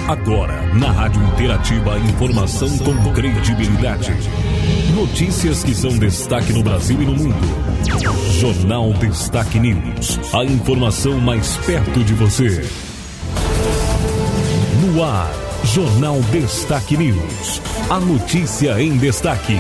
Agora, na Rádio Interativa, informação com credibilidade. Notícias que são destaque no Brasil e no mundo. Jornal Destaque News. A informação mais perto de você. No ar, Jornal Destaque News. A notícia em destaque.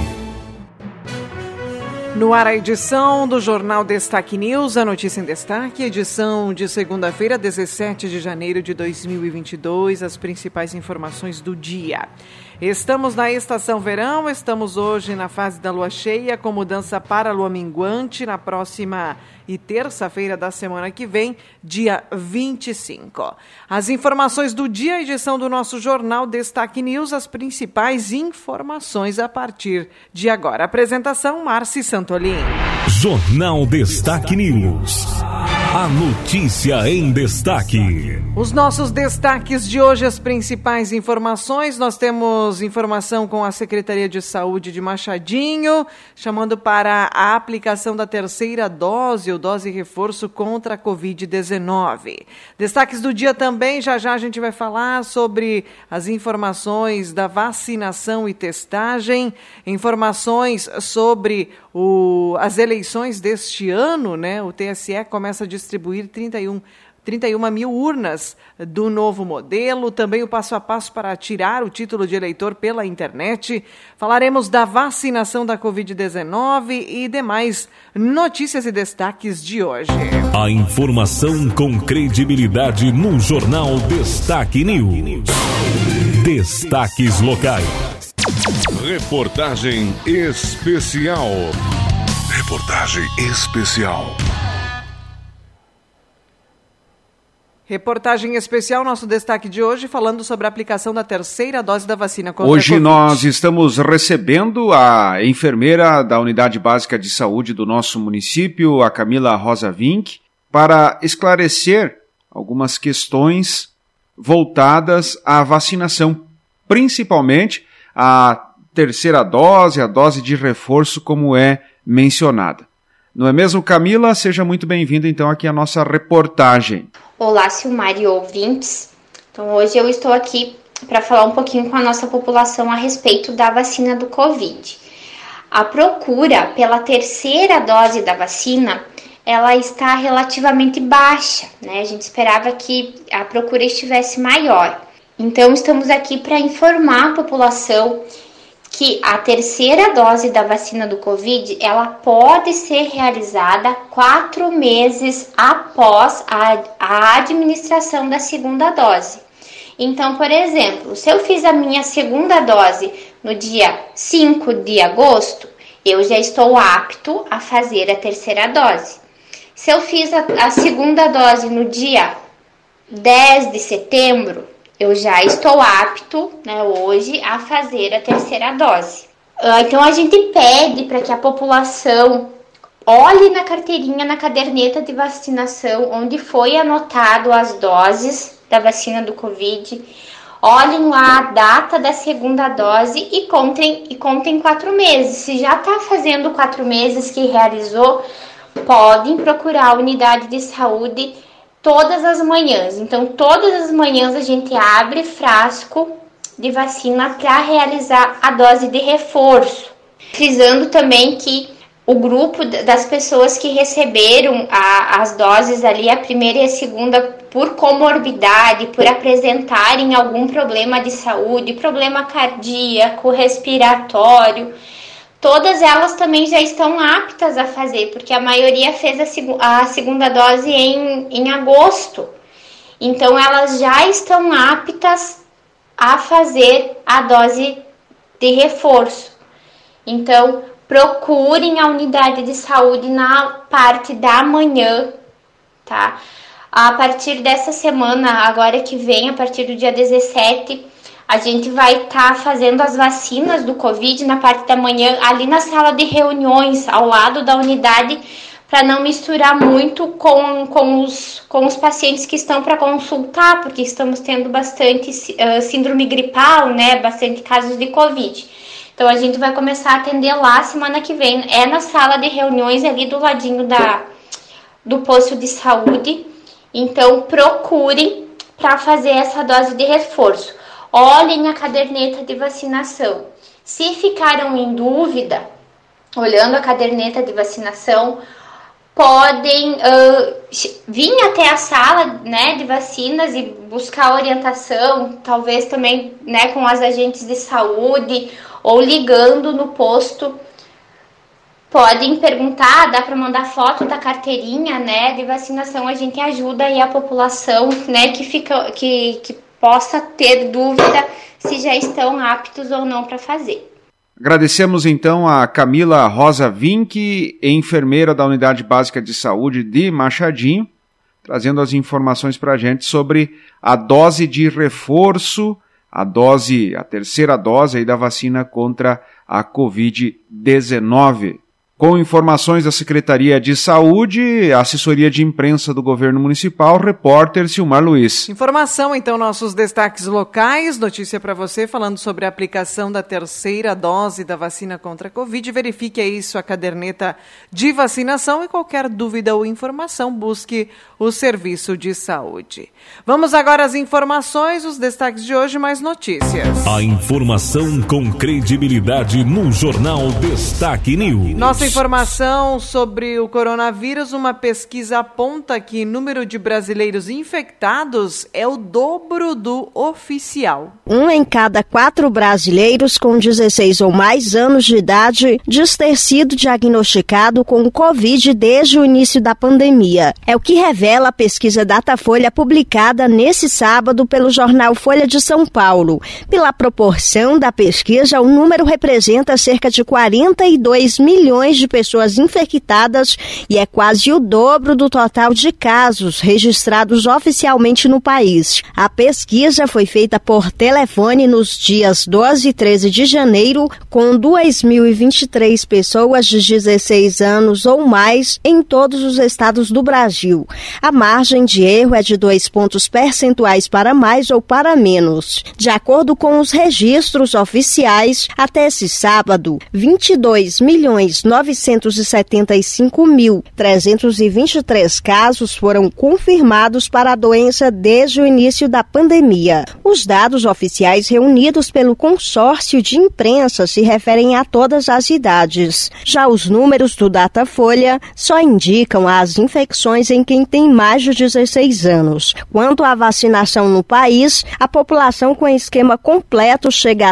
No ar, a edição do Jornal Destaque News, a notícia em destaque, edição de segunda-feira, 17 de janeiro de 2022, as principais informações do dia. Estamos na estação verão, estamos hoje na fase da lua cheia, com mudança para a lua minguante na próxima e terça-feira da semana que vem, dia 25. As informações do dia, edição do nosso Jornal Destaque News, as principais informações a partir de agora. Apresentação, Marci Santolin. Jornal Destaque News. A notícia em destaque. Os nossos destaques de hoje, as principais informações. Nós temos informação com a Secretaria de Saúde de Machadinho, chamando para a aplicação da terceira dose, ou dose reforço contra a Covid-19. Destaques do dia também, já a gente vai falar sobre as informações da vacinação e testagem, informações sobre as eleições deste ano, né? O TSE começa a distribuir 31 mil urnas do novo modelo, também o passo a passo para tirar o título de eleitor pela internet. Falaremos da vacinação da Covid-19 e demais notícias e destaques de hoje. A informação com credibilidade no Jornal Destaque News. Destaques locais. Reportagem especial. Reportagem especial. Reportagem especial, nosso destaque de hoje, falando sobre a aplicação da terceira dose da vacina contra Hoje a Covid. Nós estamos recebendo a enfermeira da Unidade Básica de Saúde do nosso município, a Camila Rosa Vink, para esclarecer algumas questões voltadas à vacinação, principalmente a terceira dose, a dose de reforço, como é mencionada. Não é mesmo, Camila? Seja muito bem-vinda, então, aqui à nossa reportagem. Olá, Silmar e ouvintes. Então, hoje eu estou aqui para falar um pouquinho com a nossa população a respeito da vacina do Covid. A procura pela terceira dose da vacina, ela está relativamente baixa, né? A gente esperava que a procura estivesse maior. Então, estamos aqui para informar a população que a terceira dose da vacina do Covid, ela pode ser realizada 4 meses após a administração da segunda dose. Então, por exemplo, se eu fiz a minha segunda dose no dia 5 de agosto, eu já estou apto a fazer a terceira dose. Se eu fiz a segunda dose no dia 10 de setembro, eu já estou apto, né, hoje, a fazer a terceira dose. Então, a gente pede para que a população olhe na carteirinha, na caderneta de vacinação, onde foi anotado as doses da vacina do Covid. Olhem lá a data da segunda dose e contem 4 meses. Se já está fazendo 4 meses que realizou, podem procurar a unidade de saúde todas as manhãs. Então, todas as manhãs a gente abre frasco de vacina para realizar a dose de reforço. Frisando também que o grupo das pessoas que receberam as doses ali, a primeira e a segunda, por comorbidade, por apresentarem algum problema de saúde, problema cardíaco, respiratório, todas elas também já estão aptas a fazer, porque a maioria fez a segunda dose em agosto. Então, elas já estão aptas a fazer a dose de reforço. Então, procurem a unidade de saúde na parte da manhã, tá? A partir dessa semana, agora que vem, a partir do dia 17, a gente vai estar fazendo as vacinas do Covid na parte da manhã, ali na sala de reuniões, ao lado da unidade, para não misturar muito com os pacientes que estão para consultar, porque estamos tendo bastante síndrome gripal, né? Bastante casos de Covid. Então, a gente vai começar a atender lá semana que vem. É na sala de reuniões ali do ladinho do posto de saúde. Então, procurem para fazer essa dose de reforço. Olhem a caderneta de vacinação. Se ficaram em dúvida, olhando a caderneta de vacinação, podem vir até a sala, né, de vacinas e buscar orientação, talvez também, né, com as agentes de saúde ou ligando no posto. Podem perguntar, dá para mandar foto da carteirinha, né, de vacinação. A gente ajuda aí a população, né, que possa ter dúvida se já estão aptos ou não para fazer. Agradecemos então a Camila Rosa Vinck, enfermeira da Unidade Básica de Saúde de Machadinho, trazendo as informações para a gente sobre a dose de reforço, a terceira dose aí da vacina contra a Covid-19. Com informações da Secretaria de Saúde, assessoria de imprensa do Governo Municipal, repórter Silmar Luiz. Informação, então, nossos destaques locais, notícia para você falando sobre a aplicação da terceira dose da vacina contra a Covid. Verifique aí sua caderneta de vacinação e qualquer dúvida ou informação, busque o serviço de saúde. Vamos agora às informações, os destaques de hoje, mais notícias. A informação com credibilidade no Jornal Destaque News. Nossa informação sobre o coronavírus, uma pesquisa aponta que o número de brasileiros infectados é o dobro do oficial. 1 em cada 4 brasileiros com 16 ou mais anos de idade diz ter sido diagnosticado com o Covid desde o início da pandemia. É o que revela a pesquisa Datafolha publicada nesse sábado pelo jornal Folha de São Paulo. Pela proporção da pesquisa, o número representa cerca de 42 milhões de pessoas infectadas e é quase o dobro do total de casos registrados oficialmente no país. A pesquisa foi feita por telefone nos dias 12 e 13 de janeiro, com 2.023 pessoas de 16 anos ou mais em todos os estados do Brasil. A margem de erro é de 2 pontos percentuais para mais ou para menos. De acordo com os registros oficiais, até esse sábado, 22.975.323 casos foram confirmados para a doença desde o início da pandemia. Os dados oficiais reunidos pelo consórcio de imprensa se referem a todas as idades. Já os números do Datafolha só indicam as infecções em quem tem mais de 16 anos. Quanto à vacinação no país, a população com esquema completo chega a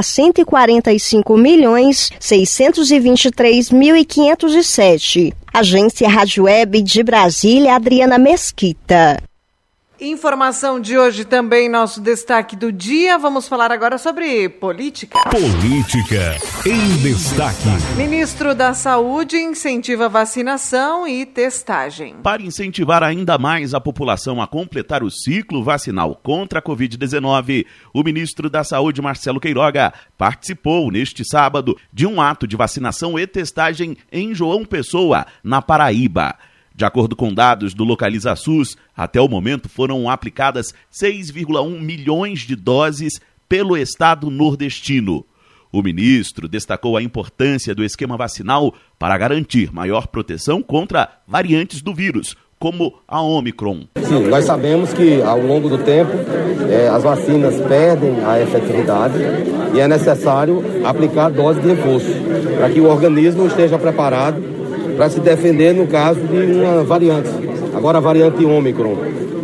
143.623.507. Agência Rádio Web de Brasília, Adriana Mesquita. Informação de hoje também, nosso destaque do dia. Vamos falar agora sobre política. Política em destaque. Ministro da Saúde incentiva vacinação e testagem. Para incentivar ainda mais a população a completar o ciclo vacinal contra a Covid-19, o ministro da Saúde, Marcelo Queiroga, participou neste sábado de um ato de vacinação e testagem em João Pessoa, na Paraíba. De acordo com dados do Localiza SUS, até o momento foram aplicadas 6,1 milhões de doses pelo estado nordestino. O ministro destacou a importância do esquema vacinal para garantir maior proteção contra variantes do vírus, como a Ômicron. Sim, nós sabemos que ao longo do tempo as vacinas perdem a efetividade e é necessário aplicar dose de reforço para que o organismo esteja preparado para se defender no caso de uma variante, agora a variante Ômicron.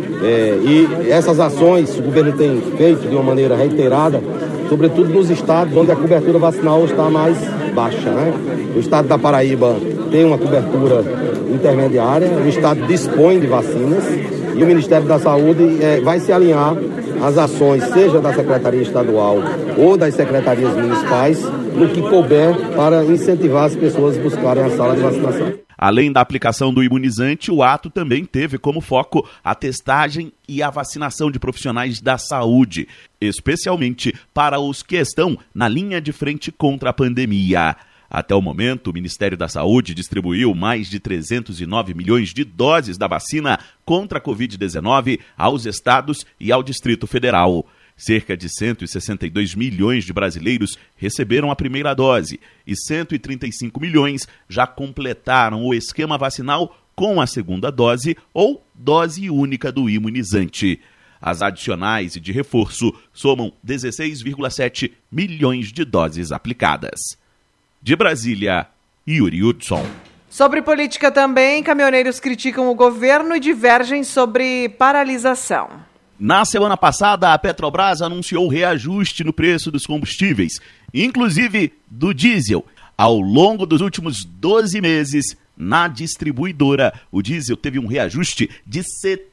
E essas ações o governo tem feito de uma maneira reiterada, sobretudo nos estados onde a cobertura vacinal está mais baixa, né? O estado da Paraíba tem uma cobertura intermediária, o estado dispõe de vacinas e o Ministério da Saúde vai se alinhar às ações, seja da Secretaria Estadual ou das secretarias municipais, no que couber para incentivar as pessoas a buscarem a sala de vacinação. Além da aplicação do imunizante, o ato também teve como foco a testagem e a vacinação de profissionais da saúde, especialmente para os que estão na linha de frente contra a pandemia. Até o momento, o Ministério da Saúde distribuiu mais de 309 milhões de doses da vacina contra a Covid-19 aos estados e ao Distrito Federal. Cerca de 162 milhões de brasileiros receberam a primeira dose e 135 milhões já completaram o esquema vacinal com a segunda dose ou dose única do imunizante. As adicionais e de reforço somam 16,7 milhões de doses aplicadas. De Brasília, Yuri Hudson. Sobre política também, caminhoneiros criticam o governo e divergem sobre paralisação. Na semana passada, a Petrobras anunciou reajuste no preço dos combustíveis, inclusive do diesel. Ao longo dos últimos 12 meses, na distribuidora, o diesel teve um reajuste de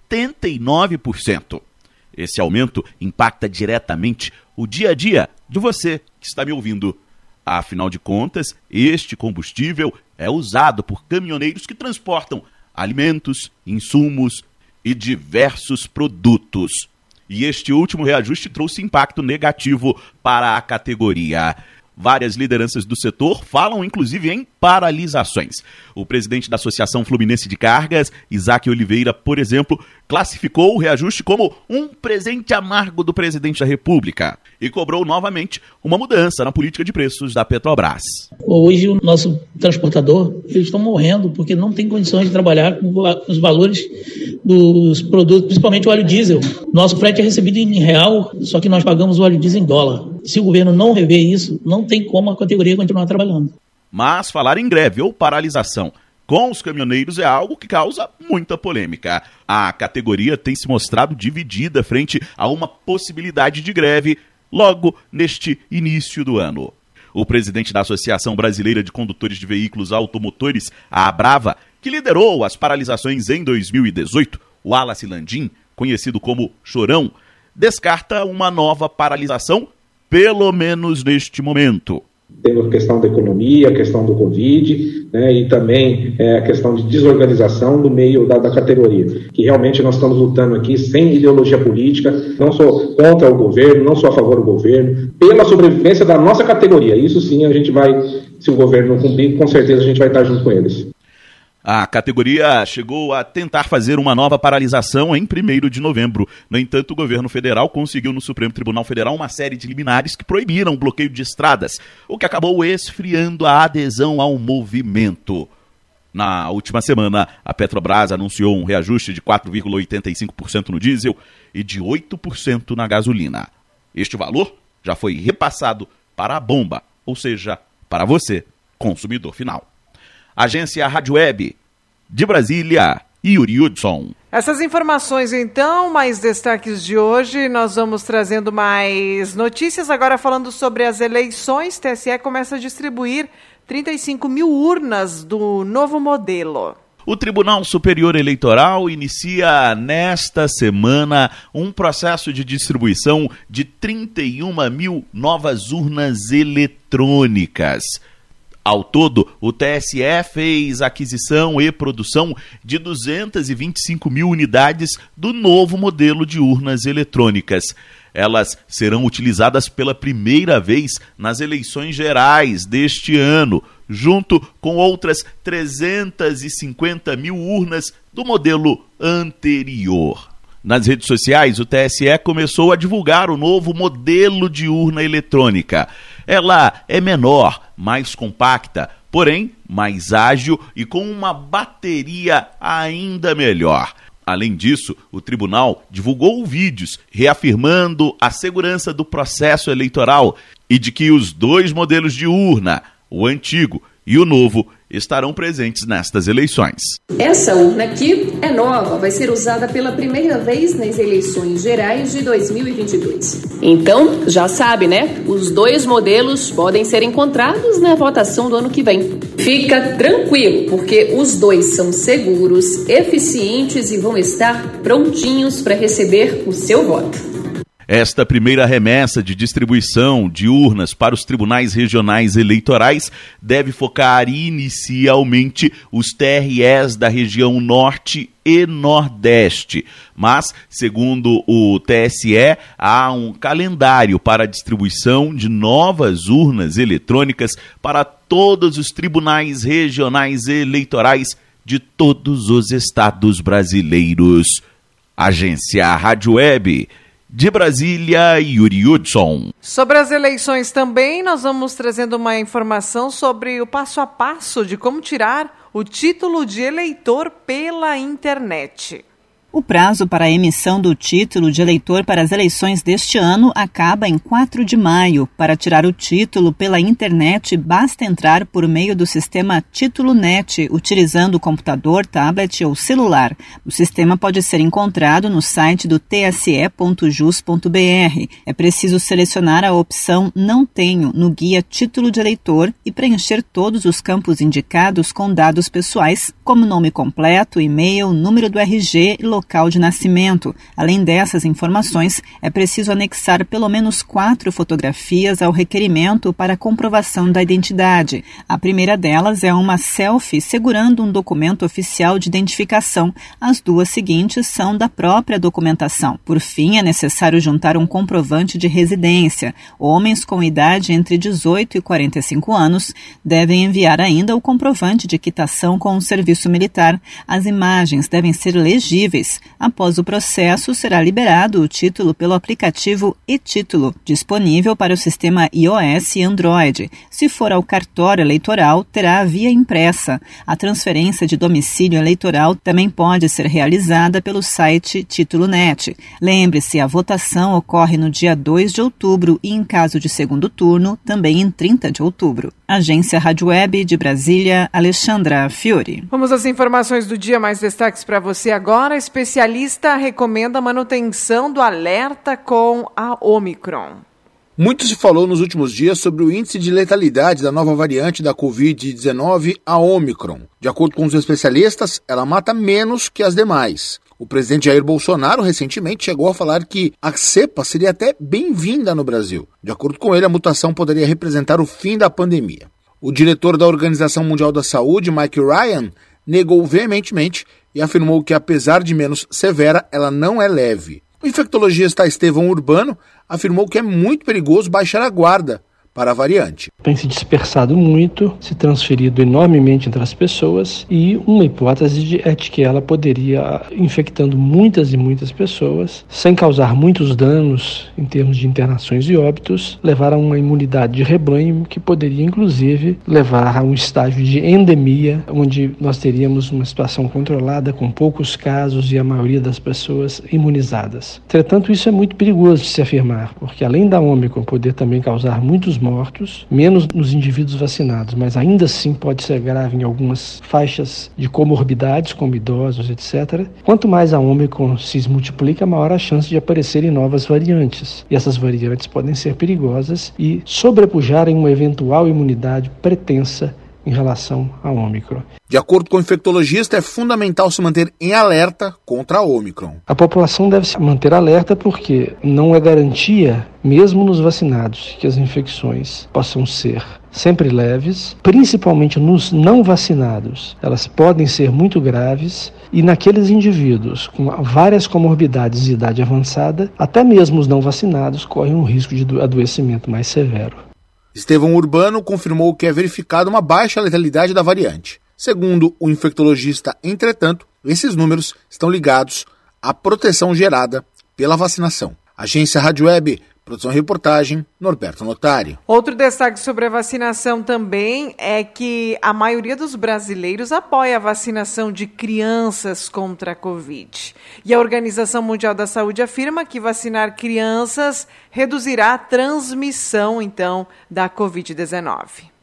79%. Esse aumento impacta diretamente o dia a dia de você que está me ouvindo. Afinal de contas, este combustível é usado por caminhoneiros que transportam alimentos, insumos e diversos produtos. E este último reajuste trouxe impacto negativo para a categoria. Várias lideranças do setor falam, inclusive, em paralisações. O presidente da Associação Fluminense de Cargas, Isaac Oliveira, por exemplo, classificou o reajuste como um presente amargo do presidente da República e cobrou novamente uma mudança na política de preços da Petrobras. Hoje o nosso transportador, eles estão morrendo porque não tem condições de trabalhar com os valores dos produtos, principalmente o óleo diesel. Nosso frete é recebido em real, só que nós pagamos o óleo diesel em dólar. Se o governo não rever isso, não tem como a categoria continuar trabalhando. Mas falar em greve ou paralisação com os caminhoneiros é algo que causa muita polêmica. A categoria tem se mostrado dividida frente a uma possibilidade de greve logo neste início do ano. O presidente da Associação Brasileira de Condutores de Veículos Automotores, a Abrava, que liderou as paralisações em 2018, o Wallace Landim, conhecido como Chorão, descarta uma nova paralisação, pelo menos neste momento. Temos a questão da economia, a questão do Covid, né, e também a questão de desorganização do meio da categoria, que realmente nós estamos lutando aqui sem ideologia política, não sou contra o governo, não sou a favor do governo, pela sobrevivência da nossa categoria. Isso sim a gente vai, se o governo não cumprir, com certeza a gente vai estar junto com eles. A categoria chegou a tentar fazer uma nova paralisação em 1º de novembro. No entanto, o governo federal conseguiu no Supremo Tribunal Federal uma série de liminares que proibiram o bloqueio de estradas, o que acabou esfriando a adesão ao movimento. Na última semana, a Petrobras anunciou um reajuste de 4,85% no diesel e de 8% na gasolina. Este valor já foi repassado para a bomba, ou seja, para você, consumidor final. Agência Rádio Web, de Brasília, Yuri Hudson. Essas informações, então, mais destaques de hoje. Nós vamos trazendo mais notícias. Agora falando sobre as eleições, TSE começa a distribuir 35 mil urnas do novo modelo. O Tribunal Superior Eleitoral inicia nesta semana um processo de distribuição de 31 mil novas urnas eletrônicas. Ao todo, o TSE fez aquisição e produção de 225 mil unidades do novo modelo de urnas eletrônicas. Elas serão utilizadas pela primeira vez nas eleições gerais deste ano, junto com outras 350 mil urnas do modelo anterior. Nas redes sociais, o TSE começou a divulgar o novo modelo de urna eletrônica. Ela é menor, mais compacta, porém mais ágil e com uma bateria ainda melhor. Além disso, o tribunal divulgou vídeos reafirmando a segurança do processo eleitoral e de que os dois modelos de urna, o antigo e o novo, estarão presentes nestas eleições. Essa urna aqui é nova, vai ser usada pela primeira vez nas eleições gerais de 2022. Então, já sabe, né? Os dois modelos podem ser encontrados na votação do ano que vem. Fica tranquilo, porque os dois são seguros, eficientes e vão estar prontinhos para receber o seu voto. Esta primeira remessa de distribuição de urnas para os tribunais regionais eleitorais deve focar inicialmente os TREs da região Norte e Nordeste. Mas, segundo o TSE, há um calendário para a distribuição de novas urnas eletrônicas para todos os tribunais regionais eleitorais de todos os estados brasileiros. Agência Rádio Web, de Brasília, Yuri Hudson. Sobre as eleições também, nós vamos trazendo uma informação sobre o passo a passo de como tirar o título de eleitor pela internet. O prazo para a emissão do título de eleitor para as eleições deste ano acaba em 4 de maio. Para tirar o título pela internet, basta entrar por meio do sistema Título Net, utilizando o computador, tablet ou celular. O sistema pode ser encontrado no site do tse.jus.br. É preciso selecionar a opção Não Tenho no guia Título de Eleitor e preencher todos os campos indicados com dados pessoais, como nome completo, e-mail, número do RG e local de nascimento. Além dessas informações, é preciso anexar pelo menos 4 fotografias ao requerimento para comprovação da identidade. A primeira delas é uma selfie segurando um documento oficial de identificação. As 2 seguintes são da própria documentação. Por fim, é necessário juntar um comprovante de residência. Homens com idade entre 18 e 45 anos devem enviar ainda o comprovante de quitação com o serviço militar. As imagens devem ser legíveis. Após o processo, será liberado o título pelo aplicativo e-Título, disponível para o sistema iOS e Android. Se for ao cartório eleitoral, terá a via impressa. A transferência de domicílio eleitoral também pode ser realizada pelo site Título Net. Lembre-se, a votação ocorre no dia 2 de outubro e, em caso de segundo turno, também em 30 de outubro. Agência Rádio Web de Brasília, Alexandra Fiori. Vamos às informações do dia, mais destaques para você agora. Especialista recomenda a manutenção do alerta com a Omicron. Muito se falou nos últimos dias sobre o índice de letalidade da nova variante da Covid-19, a Omicron. De acordo com os especialistas, ela mata menos que as demais. O presidente Jair Bolsonaro recentemente chegou a falar que a cepa seria até bem-vinda no Brasil. De acordo com ele, a mutação poderia representar o fim da pandemia. O diretor da Organização Mundial da Saúde, Mike Ryan, negou veementemente e afirmou que, apesar de menos severa, ela não é leve. O infectologista Estevão Urbano afirmou que é muito perigoso baixar a guarda para a variante. Tem se dispersado muito, se transferido enormemente entre as pessoas e uma hipótese é de que ela poderia, infectando muitas e muitas pessoas, sem causar muitos danos em termos de internações e óbitos, levar a uma imunidade de rebanho que poderia, inclusive, levar a um estágio de endemia, onde nós teríamos uma situação controlada com poucos casos e a maioria das pessoas imunizadas. Entretanto, isso é muito perigoso de se afirmar, porque além da Ômicron poder também causar muitos mortos, menos nos indivíduos vacinados, mas ainda assim pode ser grave em algumas faixas de comorbidades, como idosos, etc. Quanto mais a Ômicron se multiplica, maior a chance de aparecerem novas variantes. E essas variantes podem ser perigosas e sobrepujarem uma eventual imunidade pretensa em relação à Ômicron. De acordo com o infectologista, é fundamental se manter em alerta contra a Ômicron. A população deve se manter alerta porque não é garantia, mesmo nos vacinados, que as infecções possam ser sempre leves, principalmente nos não vacinados. Elas podem ser muito graves e naqueles indivíduos com várias comorbidades de idade avançada, até mesmo os não vacinados correm um risco de adoecimento mais severo. Estevão Urbano confirmou que é verificada uma baixa letalidade da variante. Segundo o infectologista, entretanto, esses números estão ligados à proteção gerada pela vacinação. Agência Rádio Web, produção e reportagem, Norberto Notari. Outro destaque sobre a vacinação também é que a maioria dos brasileiros apoia a vacinação de crianças contra a Covid. E a Organização Mundial da Saúde afirma que vacinar crianças reduzirá a transmissão, então, da Covid-19.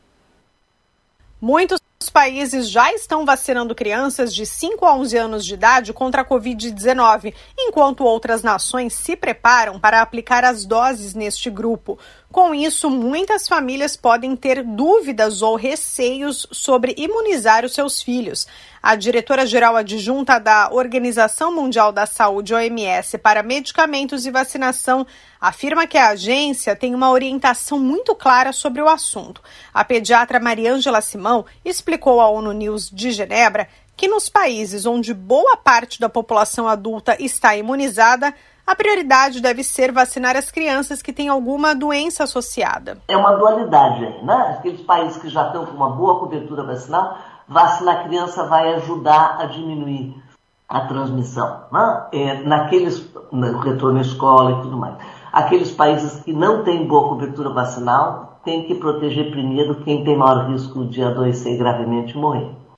Muitos países já estão vacinando crianças de 5 a 11 anos de idade contra a Covid-19, enquanto outras nações se preparam para aplicar as doses neste grupo. Com isso, muitas famílias podem ter dúvidas ou receios sobre imunizar os seus filhos. A diretora-geral adjunta da Organização Mundial da Saúde, OMS, para medicamentos e vacinação, afirma que a agência tem uma orientação muito clara sobre o assunto. A pediatra Mariângela Simão explicou à ONU News de Genebra que nos países onde boa parte da população adulta está imunizada, a prioridade deve ser vacinar as crianças que têm alguma doença associada. É uma dualidade, né? Aqueles países que já estão com uma boa cobertura vacinal, vacinar a criança vai ajudar a diminuir a transmissão, né? No retorno à escola e tudo mais. Aqueles países que não têm boa cobertura vacinal, tem que proteger primeiro quem tem maior risco de adoecer gravemente e morrer.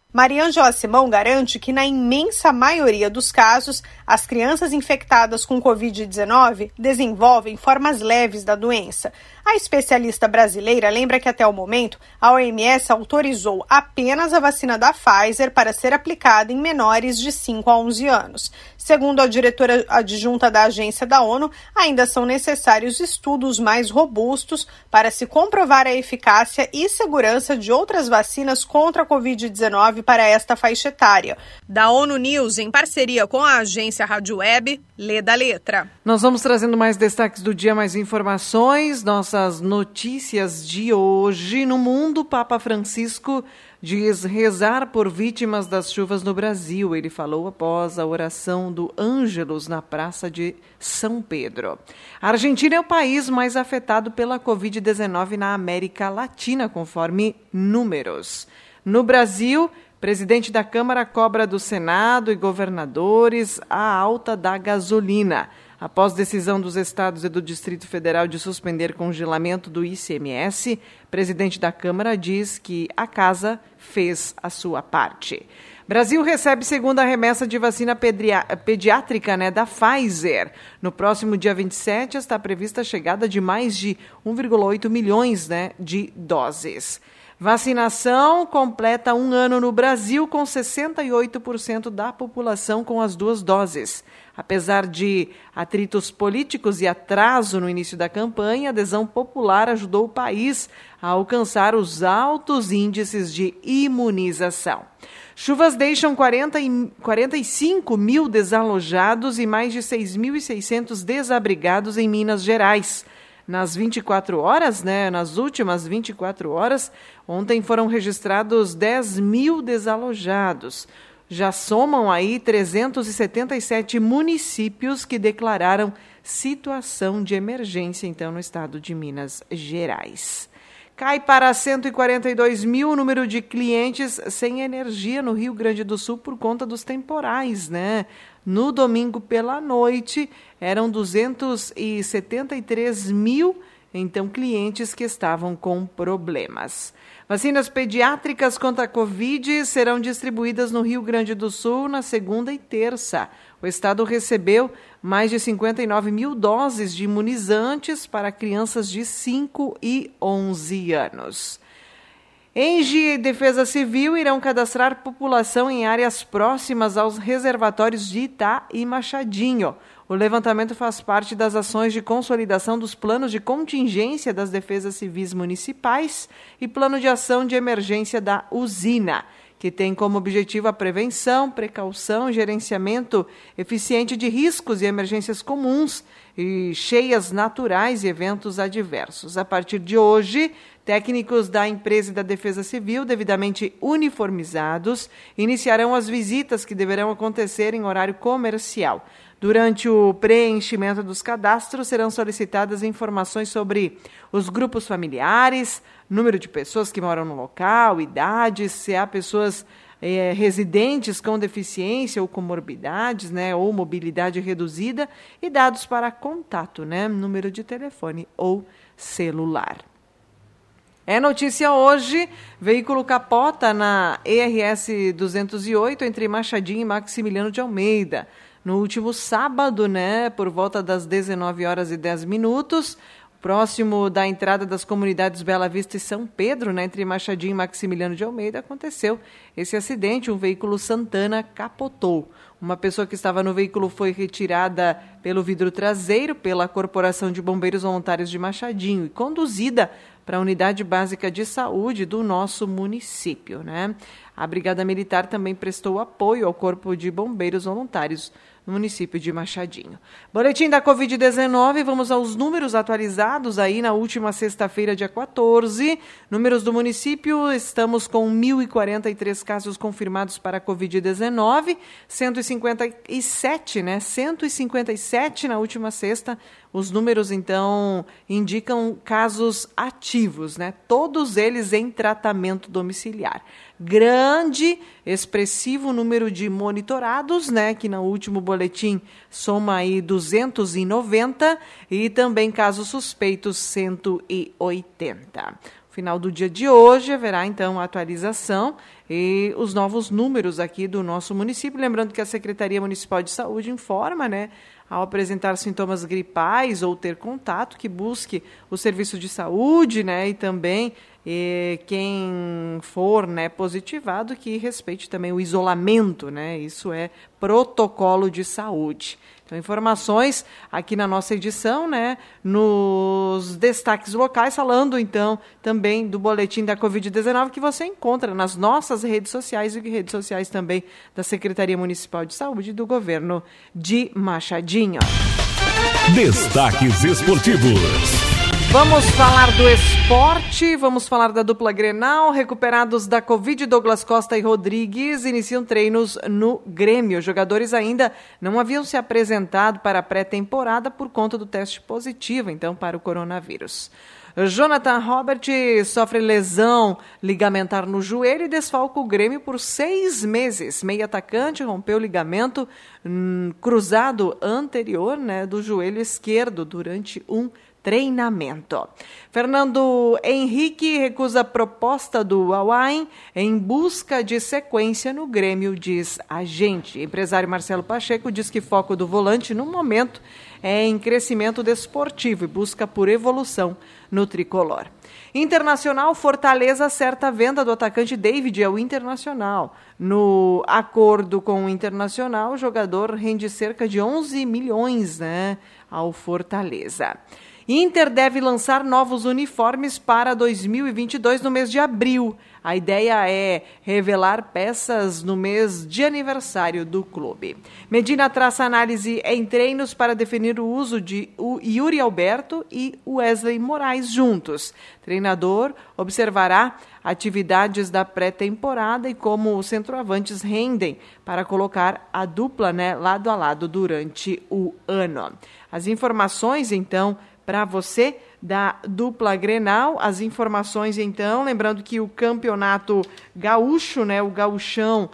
Mariângela Simão garante que, na imensa maioria dos casos, as crianças infectadas com Covid-19 desenvolvem formas leves da doença. A especialista brasileira lembra que, até o momento, a OMS autorizou apenas a vacina da Pfizer para ser aplicada em menores de 5 a 11 anos. Segundo a diretora adjunta da agência da ONU, ainda são necessários estudos mais robustos para se comprovar a eficácia e segurança de outras vacinas contra a Covid-19 para esta faixa etária. Da ONU News, em parceria com a agência Rádio Web, lê da letra. Nós vamos trazendo mais destaques do dia, mais informações, nossas notícias de hoje. No mundo, Papa Francisco diz rezar por vítimas das chuvas no Brasil. Ele falou após a oração do Ângelus na Praça de São Pedro. A Argentina é o país mais afetado pela Covid-19 na América Latina, conforme números. No Brasil, presidente da Câmara cobra do Senado e governadores a alta da gasolina. Após decisão dos estados e do Distrito Federal de suspender congelamento do ICMS, presidente da Câmara diz que a casa fez a sua parte. Brasil recebe segunda remessa de vacina pediátrica, da Pfizer. No próximo dia 27 está prevista a chegada de mais de 1,8 milhões de doses. Vacinação completa 1 ano no Brasil, com 68% da população com as 2 doses. Apesar de atritos políticos e atraso no início da campanha, a adesão popular ajudou o país a alcançar os altos índices de imunização. Chuvas deixam 45 mil desalojados e mais de 6.600 desabrigados em Minas Gerais. Nas 24 horas, nas últimas 24 horas, ontem foram registrados 10 mil desalojados. Já somam aí 377 municípios que declararam situação de emergência, então, no estado de Minas Gerais. Cai para 142 mil o número de clientes sem energia no Rio Grande do Sul por conta dos temporais, No domingo pela noite, eram 273 mil, então, clientes que estavam com problemas. Vacinas pediátricas contra a Covid serão distribuídas no Rio Grande do Sul na segunda e terça. O estado recebeu mais de 59 mil doses de imunizantes para crianças de 5 e 11 anos. ENGIE e Defesa Civil irão cadastrar população em áreas próximas aos reservatórios de Itá e Machadinho. O levantamento faz parte das ações de consolidação dos planos de contingência das defesas civis municipais e plano de ação de emergência da usina, que tem como objetivo a prevenção, precaução e gerenciamento eficiente de riscos e emergências comuns e cheias naturais e eventos adversos. A partir de hoje, técnicos da empresa e da Defesa Civil, devidamente uniformizados, iniciarão as visitas que deverão acontecer em horário comercial. Durante o preenchimento dos cadastros, serão solicitadas informações sobre os grupos familiares, número de pessoas que moram no local, idades, se há pessoas residentes com deficiência ou comorbidades, ou mobilidade reduzida, e dados para contato, número de telefone ou celular. É notícia hoje, veículo capota na ERS 208 entre Machadinho e Maximiliano de Almeida. No último sábado, por volta das 19 horas e 10 minutos, próximo da entrada das comunidades Bela Vista e São Pedro, entre Machadinho e Maximiliano de Almeida, aconteceu esse acidente. Um veículo Santana capotou. Uma pessoa que estava no veículo foi retirada pelo vidro traseiro pela Corporação de Bombeiros Voluntários de Machadinho e conduzida para a Unidade Básica de Saúde do nosso município. A Brigada Militar também prestou apoio ao Corpo de Bombeiros Voluntários no município de Machadinho. Boletim da Covid-19, vamos aos números atualizados aí na última sexta-feira, dia 14. Números do município, estamos com 1.043 casos confirmados para a Covid-19, 157, 157 na última sexta. Os números, então, indicam casos ativos, todos eles em tratamento domiciliar. Grande, expressivo número de monitorados, que no último boletim soma aí 290 e também casos suspeitos 180. final do dia de hoje haverá então a atualização e os novos números aqui do nosso município. Lembrando que a Secretaria Municipal de Saúde informa, né, ao apresentar sintomas gripais ou ter contato, que busque o serviço de saúde, né, e também quem for, né, positivado, que respeite também o isolamento, né, isso é protocolo de saúde. Então, informações aqui na nossa edição, né, nos destaques locais, falando então também do boletim da Covid-19 que você encontra nas nossas redes sociais e redes sociais também da Secretaria Municipal de Saúde do Governo de Machadinho. Destaques esportivos. Vamos falar do esporte, vamos falar da dupla Grenal. Recuperados da Covid, Douglas Costa e Rodrigues iniciam treinos no Grêmio. Os jogadores ainda não haviam se apresentado para a pré-temporada por conta do teste positivo, então, para o coronavírus. Jonathan Robert sofre lesão ligamentar no joelho e desfalca o Grêmio por 6 meses. Meio atacante rompeu o ligamento cruzado anterior, né, do joelho esquerdo durante um treinamento. Fernando Henrique recusa a proposta do Al-Ain em busca de sequência no Grêmio, diz agente. Empresário Marcelo Pacheco diz que foco do volante no momento é em crescimento desportivo e busca por evolução no tricolor. Internacional, Fortaleza acerta a venda do atacante David ao Internacional. No acordo com o Internacional, o jogador rende cerca de 11 milhões, né, ao Fortaleza. Inter deve lançar novos uniformes para 2022 no mês de abril. A ideia é revelar peças no mês de aniversário do clube. Medina traça análise em treinos para definir o uso de Yuri Alberto e Wesley Moraes juntos. Treinador observará atividades da pré-temporada e como os centroavantes rendem para colocar a dupla, né, lado a lado durante o ano. As informações, então, para você da dupla Grenal, as informações então, lembrando que o campeonato gaúcho, né, o Gauchão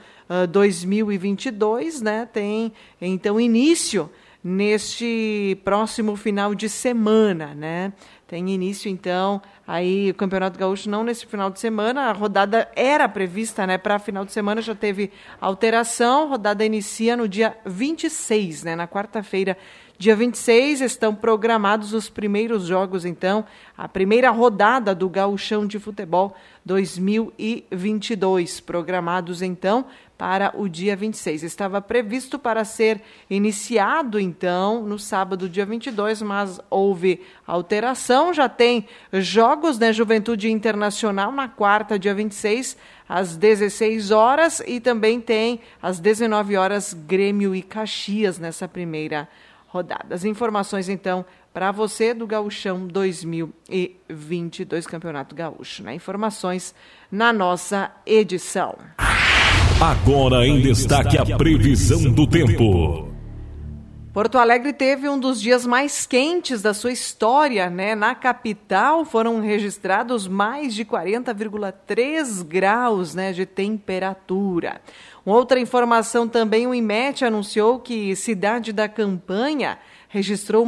2022, né, tem então início neste próximo final de semana, né? Tem início então aí o Campeonato Gaúcho não nesse final de semana, a rodada era prevista, né, para final de semana, já teve alteração, a rodada inicia no dia 26, né, na quarta-feira. Dia 26 estão programados os primeiros jogos, então, a primeira rodada do Gauchão de Futebol 2022, programados, então, para o dia 26. Estava previsto para ser iniciado, então, no sábado, dia 22, mas houve alteração. Já tem jogos, né, Juventude Internacional na quarta, dia 26, às 16 horas, e também tem às 19 horas Grêmio e Caxias nessa primeira rodada. As informações, então, para você do Gauchão 2022, Campeonato Gaúcho, né? Informações na nossa edição. Agora em destaque a previsão do tempo. Porto Alegre teve um dos dias mais quentes da sua história, né? Na capital foram registrados mais de 40,3 graus, né, de temperatura. Outra informação também, o IMET anunciou que Cidade da Campanha registrou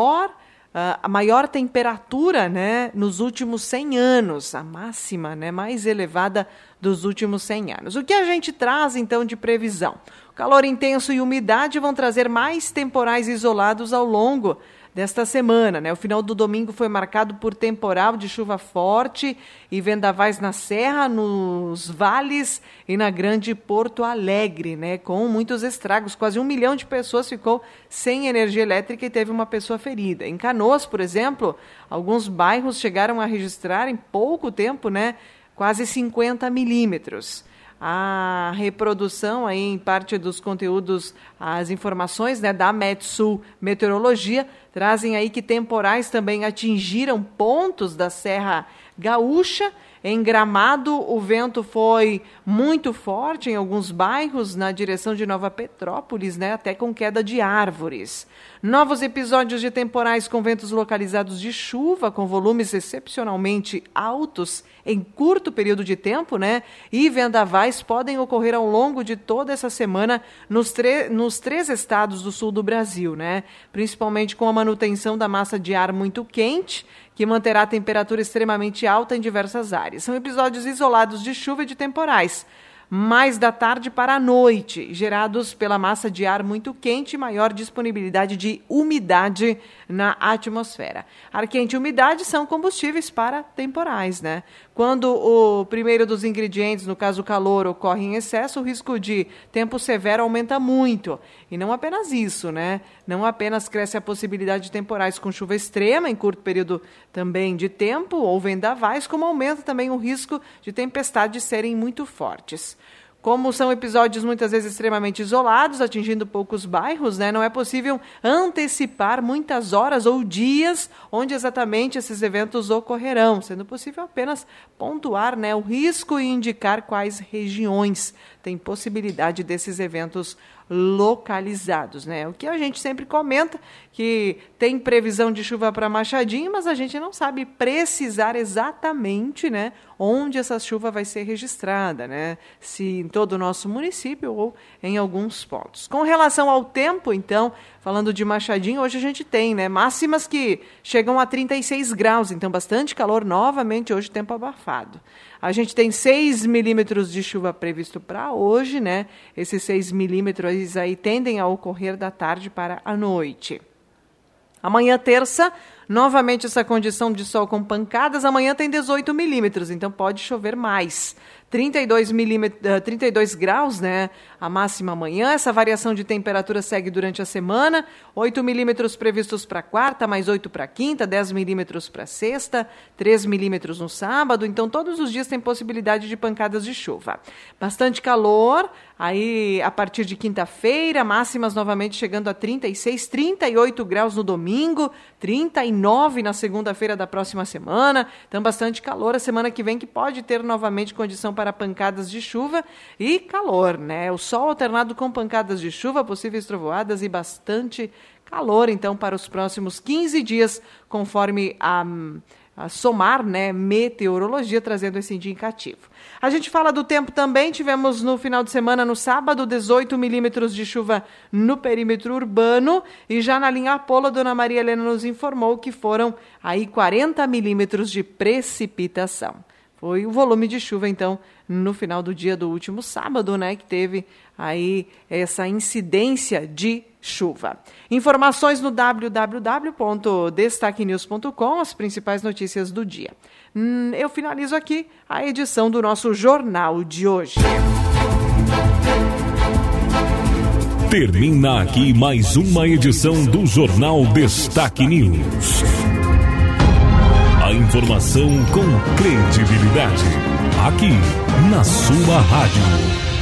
a maior temperatura, né, nos últimos 100 anos, a máxima, né, mais elevada dos últimos 100 anos. O que a gente traz, então, de previsão? O calor intenso e umidade vão trazer mais temporais isolados ao longo desta semana, né? O final do domingo foi marcado por temporal de chuva forte e vendavais na serra, nos vales e na grande Porto Alegre, né? Com muitos estragos, quase 1 milhão de pessoas ficou sem energia elétrica e teve uma pessoa ferida. Em Canoas, por exemplo, alguns bairros chegaram a registrar em pouco tempo, né, quase 50 milímetros. A reprodução aí em parte dos conteúdos, as informações, né, da Metsul Meteorologia trazem aí que temporais também atingiram pontos da Serra Gaúcha. Em Gramado, o vento foi muito forte em alguns bairros na direção de Nova Petrópolis, né, até com queda de árvores. Novos episódios de temporais com ventos localizados de chuva, com volumes excepcionalmente altos em curto período de tempo, né, e vendavais podem ocorrer ao longo de toda essa semana nos 3 estados do sul do Brasil, né, principalmente com a manutenção da massa de ar muito quente, que manterá a temperatura extremamente alta em diversas áreas. São episódios isolados de chuva e de temporais, mais da tarde para a noite, gerados pela massa de ar muito quente e maior disponibilidade de umidade na atmosfera. Ar quente e umidade são combustíveis para temporais, né? Quando o primeiro dos ingredientes, no caso o calor, ocorre em excesso, o risco de tempo severo aumenta muito. E não apenas isso, né? Não apenas cresce a possibilidade de temporais com chuva extrema em curto período também de tempo ou vendavais, como aumenta também o risco de tempestades serem muito fortes. Como são episódios muitas vezes extremamente isolados, atingindo poucos bairros, né, não é possível antecipar muitas horas ou dias onde exatamente esses eventos ocorrerão, sendo possível apenas pontuar, né, o risco e indicar quais regiões têm possibilidade desses eventos localizados, né? O que a gente sempre comenta, que tem previsão de chuva para Machadinho, mas a gente não sabe precisar exatamente, né, onde essa chuva vai ser registrada, né? Se em todo o nosso município ou em alguns pontos. Com relação ao tempo, então, falando de Machadinho, hoje a gente tem, né, máximas que chegam a 36 graus, então bastante calor novamente, hoje tempo abafado. A gente tem 6 milímetros de chuva previsto para hoje, né? Esses 6 milímetros aí tendem a ocorrer da tarde para a noite. Amanhã, terça, novamente essa condição de sol com pancadas. Amanhã tem 18 milímetros, então pode chover mais. 32 graus, né? A máxima amanhã. Essa variação de temperatura segue durante a semana. 8 milímetros previstos para quarta, mais 8 para quinta, 10 milímetros para sexta, 3 milímetros no sábado. Então, todos os dias tem possibilidade de pancadas de chuva. Bastante calor. Aí, a partir de quinta-feira, máximas novamente chegando a 36, 38 graus no domingo, 39 na segunda-feira da próxima semana. Então, bastante calor. A semana que vem que pode ter novamente condição para pancadas de chuva e calor, né? O sol alternado com pancadas de chuva, possíveis trovoadas e bastante calor, então, para os próximos 15 dias, conforme a SOMAR, né, meteorologia, trazendo esse indicativo. A gente fala do tempo também, tivemos no final de semana, no sábado, 18 milímetros de chuva no perímetro urbano, e já na linha Apolo, a dona Maria Helena nos informou que foram aí 40 milímetros de precipitação. Foi o volume de chuva, então, no final do dia do último sábado, né, que teve aí essa incidência de chuva. Informações no www.destaquenews.com, as principais notícias do dia. Eu finalizo aqui a edição do nosso Jornal de hoje. Termina aqui mais uma edição do Jornal Destaque News. A informação com credibilidade. Aqui, na sua rádio.